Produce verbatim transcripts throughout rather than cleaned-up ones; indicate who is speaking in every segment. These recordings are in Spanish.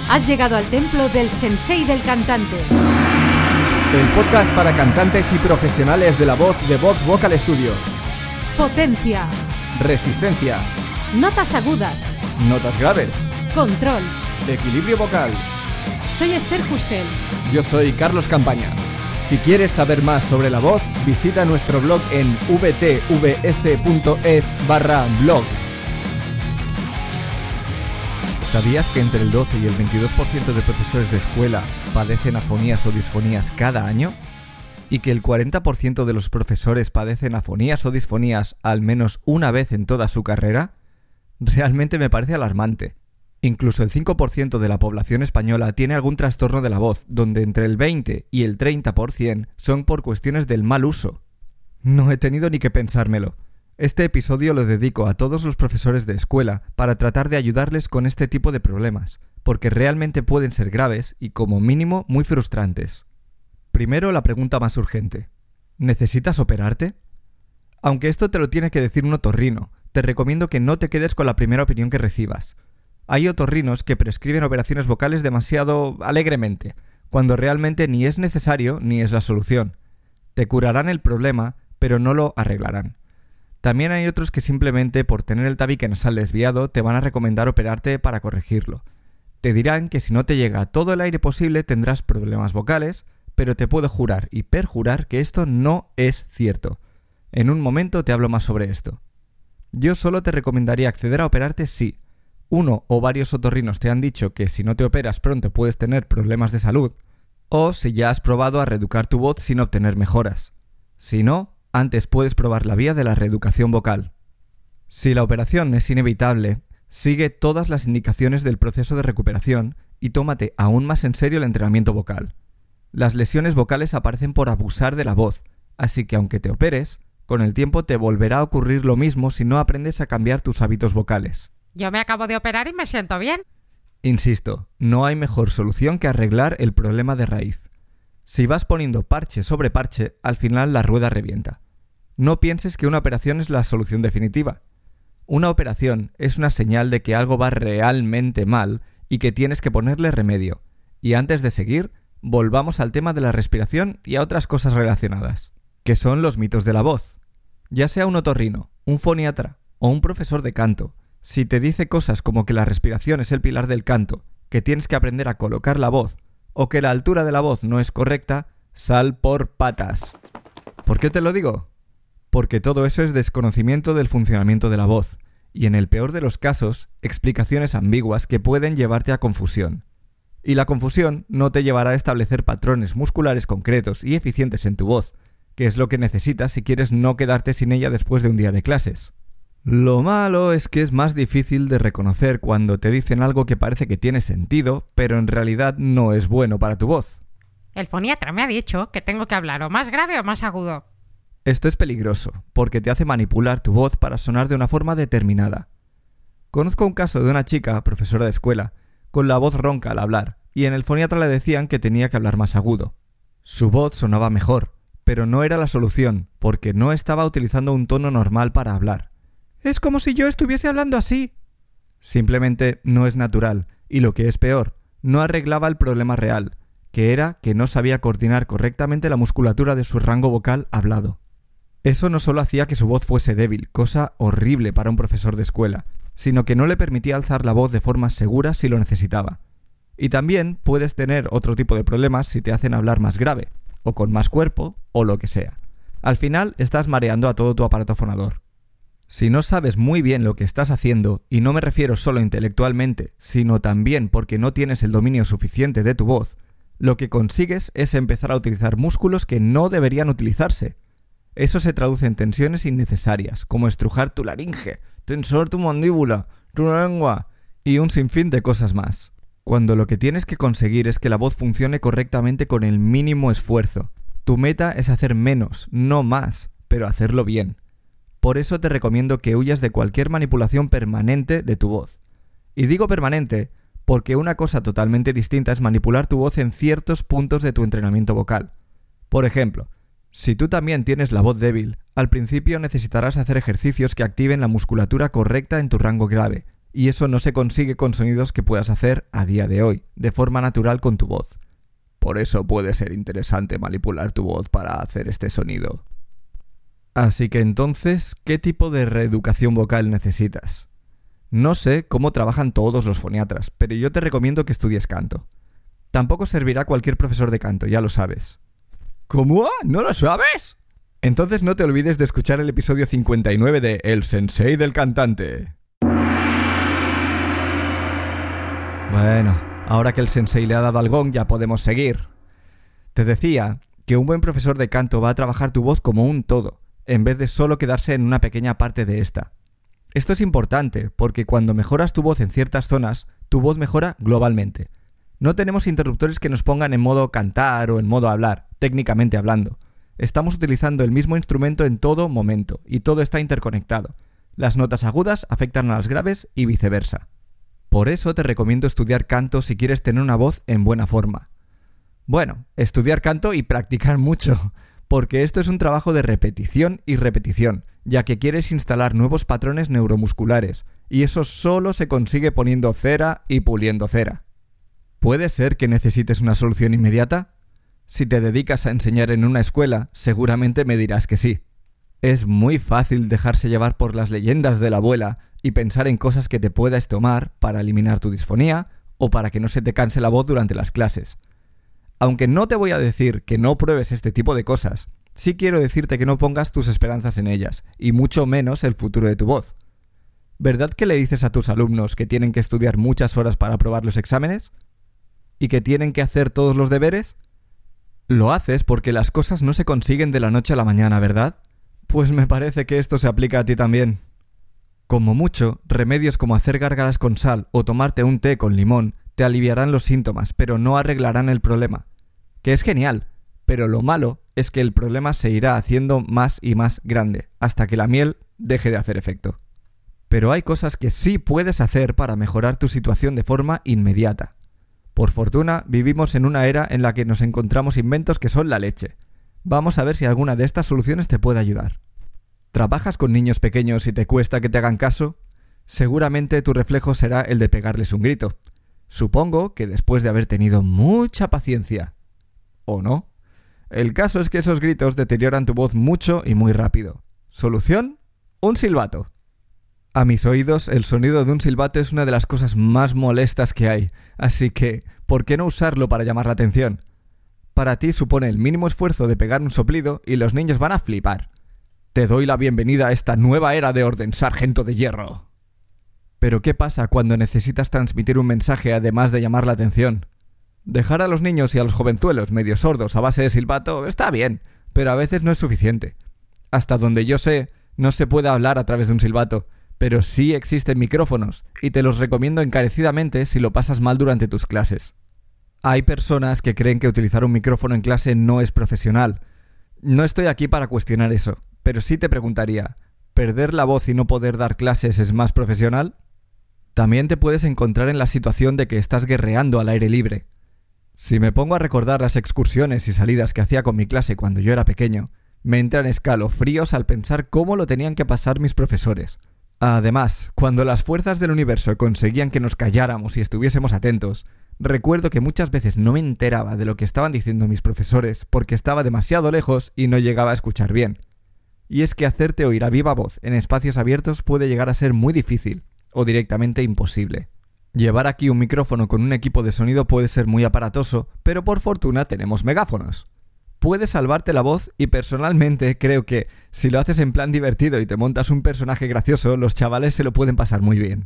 Speaker 1: Has llegado al templo del sensei del cantante.
Speaker 2: El podcast para cantantes y profesionales de la voz de Vox Vocal Studio.
Speaker 1: Potencia.
Speaker 2: Resistencia.
Speaker 1: Notas agudas.
Speaker 2: Notas graves.
Speaker 1: Control.
Speaker 2: Equilibrio vocal.
Speaker 1: Soy Esther Justel.
Speaker 2: Yo soy Carlos Campaña. Si quieres saber más sobre la voz, visita nuestro blog en vtvs.es barra blog. ¿Sabías que entre el doce y el veintidós por ciento de profesores de escuela padecen afonías o disfonías cada año? ¿Y que el cuarenta por ciento de los profesores padecen afonías o disfonías al menos una vez en toda su carrera? Realmente me parece alarmante. Incluso el cinco por ciento de la población española tiene algún trastorno de la voz, donde entre el veinte y el treinta por ciento son por cuestiones del mal uso. No he tenido ni que pensármelo. Este episodio lo dedico a todos los profesores de escuela para tratar de ayudarles con este tipo de problemas, porque realmente pueden ser graves y como mínimo muy frustrantes. Primero, la pregunta más urgente. ¿Necesitas operarte? Aunque esto te lo tiene que decir un otorrino, te recomiendo que no te quedes con la primera opinión que recibas. Hay otorrinos que prescriben operaciones vocales demasiado alegremente, cuando realmente ni es necesario ni es la solución. Te curarán el problema, pero no lo arreglarán. También hay otros que simplemente por tener el tabique nasal desviado te van a recomendar operarte para corregirlo. Te dirán que si no te llega todo el aire posible tendrás problemas vocales, pero te puedo jurar y perjurar que esto no es cierto. En un momento te hablo más sobre esto. Yo solo te recomendaría acceder a operarte si uno o varios otorrinos te han dicho que si no te operas pronto puedes tener problemas de salud, o si ya has probado a reeducar tu voz sin obtener mejoras. Si no, antes puedes probar la vía de la reeducación vocal. Si la operación es inevitable, sigue todas las indicaciones del proceso de recuperación y tómate aún más en serio el entrenamiento vocal. Las lesiones vocales aparecen por abusar de la voz, así que aunque te operes, con el tiempo te volverá a ocurrir lo mismo si no aprendes a cambiar tus hábitos vocales.
Speaker 3: Yo me acabo de operar y me siento bien.
Speaker 2: Insisto, no hay mejor solución que arreglar el problema de raíz. Si vas poniendo parche sobre parche, al final la rueda revienta. No pienses que una operación es la solución definitiva. Una operación es una señal de que algo va realmente mal y que tienes que ponerle remedio. Y antes de seguir, volvamos al tema de la respiración y a otras cosas relacionadas, que son los mitos de la voz. Ya sea un otorrino, un foniatra o un profesor de canto, si te dice cosas como que la respiración es el pilar del canto, que tienes que aprender a colocar la voz, o que la altura de la voz no es correcta, sal por patas. ¿Por qué te lo digo? Porque todo eso es desconocimiento del funcionamiento de la voz, y en el peor de los casos, explicaciones ambiguas que pueden llevarte a confusión. Y la confusión no te llevará a establecer patrones musculares concretos y eficientes en tu voz, que es lo que necesitas si quieres no quedarte sin ella después de un día de clases. Lo malo es que es más difícil de reconocer cuando te dicen algo que parece que tiene sentido, pero en realidad no es bueno para tu voz.
Speaker 3: El foniatra me ha dicho que tengo que hablar o más grave o más agudo.
Speaker 2: Esto es peligroso, porque te hace manipular tu voz para sonar de una forma determinada. Conozco un caso de una chica, profesora de escuela, con la voz ronca al hablar, y en el foniatra le decían que tenía que hablar más agudo. Su voz sonaba mejor, pero no era la solución, porque no estaba utilizando un tono normal para hablar. Es como si yo estuviese hablando así. Simplemente no es natural, y lo que es peor, no arreglaba el problema real, que era que no sabía coordinar correctamente la musculatura de su rango vocal hablado. Eso no solo hacía que su voz fuese débil, cosa horrible para un profesor de escuela, sino que no le permitía alzar la voz de forma segura si lo necesitaba. Y también puedes tener otro tipo de problemas si te hacen hablar más grave, o con más cuerpo, o lo que sea. Al final estás mareando a todo tu aparato fonador. Si no sabes muy bien lo que estás haciendo, y no me refiero solo intelectualmente, sino también porque no tienes el dominio suficiente de tu voz, lo que consigues es empezar a utilizar músculos que no deberían utilizarse. Eso se traduce en tensiones innecesarias, como estrujar tu laringe, tensor tu mandíbula, tu lengua, y un sinfín de cosas más. Cuando lo que tienes que conseguir es que la voz funcione correctamente con el mínimo esfuerzo. Tu meta es hacer menos, no más, pero hacerlo bien. Por eso te recomiendo que huyas de cualquier manipulación permanente de tu voz. Y digo permanente porque una cosa totalmente distinta es manipular tu voz en ciertos puntos de tu entrenamiento vocal. Por ejemplo, si tú también tienes la voz débil, al principio necesitarás hacer ejercicios que activen la musculatura correcta en tu rango grave, y eso no se consigue con sonidos que puedas hacer a día de hoy, de forma natural con tu voz. Por eso puede ser interesante manipular tu voz para hacer este sonido. Así que entonces, ¿qué tipo de reeducación vocal necesitas? No sé cómo trabajan todos los foniatras, pero yo te recomiendo que estudies canto. Tampoco servirá cualquier profesor de canto, ya lo sabes. ¿Cómo? ¿No lo sabes? Entonces no te olvides de escuchar el episodio cincuenta y nueve de El Sensei del Cantante. Bueno, ahora que el sensei le ha dado al gong ya podemos seguir. Te decía que un buen profesor de canto va a trabajar tu voz como un todo, en vez de solo quedarse en una pequeña parte de esta. Esto es importante porque cuando mejoras tu voz en ciertas zonas, tu voz mejora globalmente. No tenemos interruptores que nos pongan en modo cantar o en modo hablar, técnicamente hablando. Estamos utilizando el mismo instrumento en todo momento y todo está interconectado. Las notas agudas afectan a las graves y viceversa. Por eso te recomiendo estudiar canto si quieres tener una voz en buena forma. Bueno, estudiar canto y practicar mucho, porque esto es un trabajo de repetición y repetición, ya que quieres instalar nuevos patrones neuromusculares, y eso solo se consigue poniendo cera y puliendo cera. ¿Puede ser que necesites una solución inmediata? Si te dedicas a enseñar en una escuela, seguramente me dirás que sí. Es muy fácil dejarse llevar por las leyendas de la abuela y pensar en cosas que te puedas tomar para eliminar tu disfonía o para que no se te canse la voz durante las clases. Aunque no te voy a decir que no pruebes este tipo de cosas, sí quiero decirte que no pongas tus esperanzas en ellas, y mucho menos el futuro de tu voz. ¿Verdad que le dices a tus alumnos que tienen que estudiar muchas horas para aprobar los exámenes? ¿Y que tienen que hacer todos los deberes? Lo haces porque las cosas no se consiguen de la noche a la mañana, ¿verdad? Pues me parece que esto se aplica a ti también. Como mucho, remedios como hacer gárgaras con sal o tomarte un té con limón te aliviarán los síntomas, pero no arreglarán el problema. Que es genial, pero lo malo es que el problema se irá haciendo más y más grande, hasta que la miel deje de hacer efecto. Pero hay cosas que sí puedes hacer para mejorar tu situación de forma inmediata. Por fortuna, vivimos en una era en la que nos encontramos inventos que son la leche. Vamos a ver si alguna de estas soluciones te puede ayudar. ¿Trabajas con niños pequeños y te cuesta que te hagan caso? Seguramente tu reflejo será el de pegarles un grito. Supongo que después de haber tenido mucha paciencia. ¿O no? El caso es que esos gritos deterioran tu voz mucho y muy rápido. ¿Solución? Un silbato. A mis oídos, el sonido de un silbato es una de las cosas más molestas que hay, así que, ¿por qué no usarlo para llamar la atención? Para ti supone el mínimo esfuerzo de pegar un soplido y los niños van a flipar. Te doy la bienvenida a esta nueva era de orden, sargento de hierro. Pero ¿qué pasa cuando necesitas transmitir un mensaje además de llamar la atención? Dejar a los niños y a los jovenzuelos medio sordos a base de silbato está bien, pero a veces no es suficiente. Hasta donde yo sé, no se puede hablar a través de un silbato, pero sí existen micrófonos, y te los recomiendo encarecidamente si lo pasas mal durante tus clases. Hay personas que creen que utilizar un micrófono en clase no es profesional. No estoy aquí para cuestionar eso, pero sí te preguntaría, ¿perder la voz y no poder dar clases es más profesional? También te puedes encontrar en la situación de que estás guerreando al aire libre. Si me pongo a recordar las excursiones y salidas que hacía con mi clase cuando yo era pequeño, me entran escalofríos al pensar cómo lo tenían que pasar mis profesores. Además, cuando las fuerzas del universo conseguían que nos calláramos y estuviésemos atentos, recuerdo que muchas veces no me enteraba de lo que estaban diciendo mis profesores porque estaba demasiado lejos y no llegaba a escuchar bien. Y es que hacerte oír a viva voz en espacios abiertos puede llegar a ser muy difícil, o directamente imposible. Llevar aquí un micrófono con un equipo de sonido puede ser muy aparatoso, pero por fortuna tenemos megáfonos. Puedes salvarte la voz y personalmente creo que si lo haces en plan divertido y te montas un personaje gracioso, los chavales se lo pueden pasar muy bien.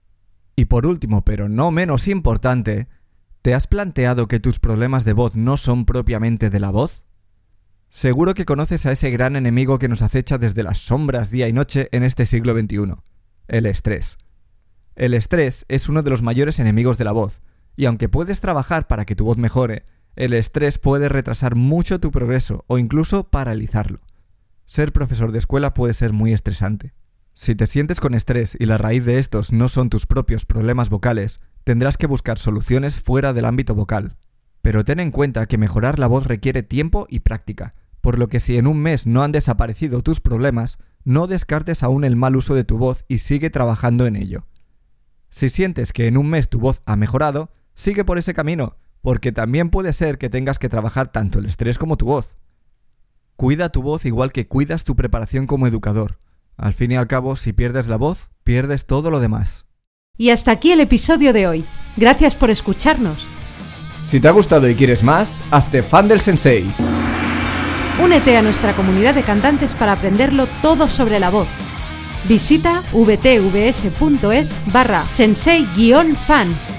Speaker 2: Y por último, pero no menos importante, ¿te has planteado que tus problemas de voz no son propiamente de la voz? Seguro que conoces a ese gran enemigo que nos acecha desde las sombras día y noche en este siglo veintiuno, el estrés. El estrés es uno de los mayores enemigos de la voz, y aunque puedes trabajar para que tu voz mejore, el estrés puede retrasar mucho tu progreso o incluso paralizarlo. Ser profesor de escuela puede ser muy estresante. Si te sientes con estrés y la raíz de estos no son tus propios problemas vocales, tendrás que buscar soluciones fuera del ámbito vocal. Pero ten en cuenta que mejorar la voz requiere tiempo y práctica, por lo que si en un mes no han desaparecido tus problemas, no descartes aún el mal uso de tu voz y sigue trabajando en ello. Si sientes que en un mes tu voz ha mejorado, sigue por ese camino, porque también puede ser que tengas que trabajar tanto el estrés como tu voz. Cuida tu voz igual que cuidas tu preparación como educador. Al fin y al cabo, si pierdes la voz, pierdes todo lo demás.
Speaker 1: Y hasta aquí el episodio de hoy. Gracias por escucharnos.
Speaker 2: Si te ha gustado y quieres más, hazte fan del Sensei.
Speaker 1: Únete a nuestra comunidad de cantantes para aprenderlo todo sobre la voz. Visita vtvs punto es barra sensei guión fan.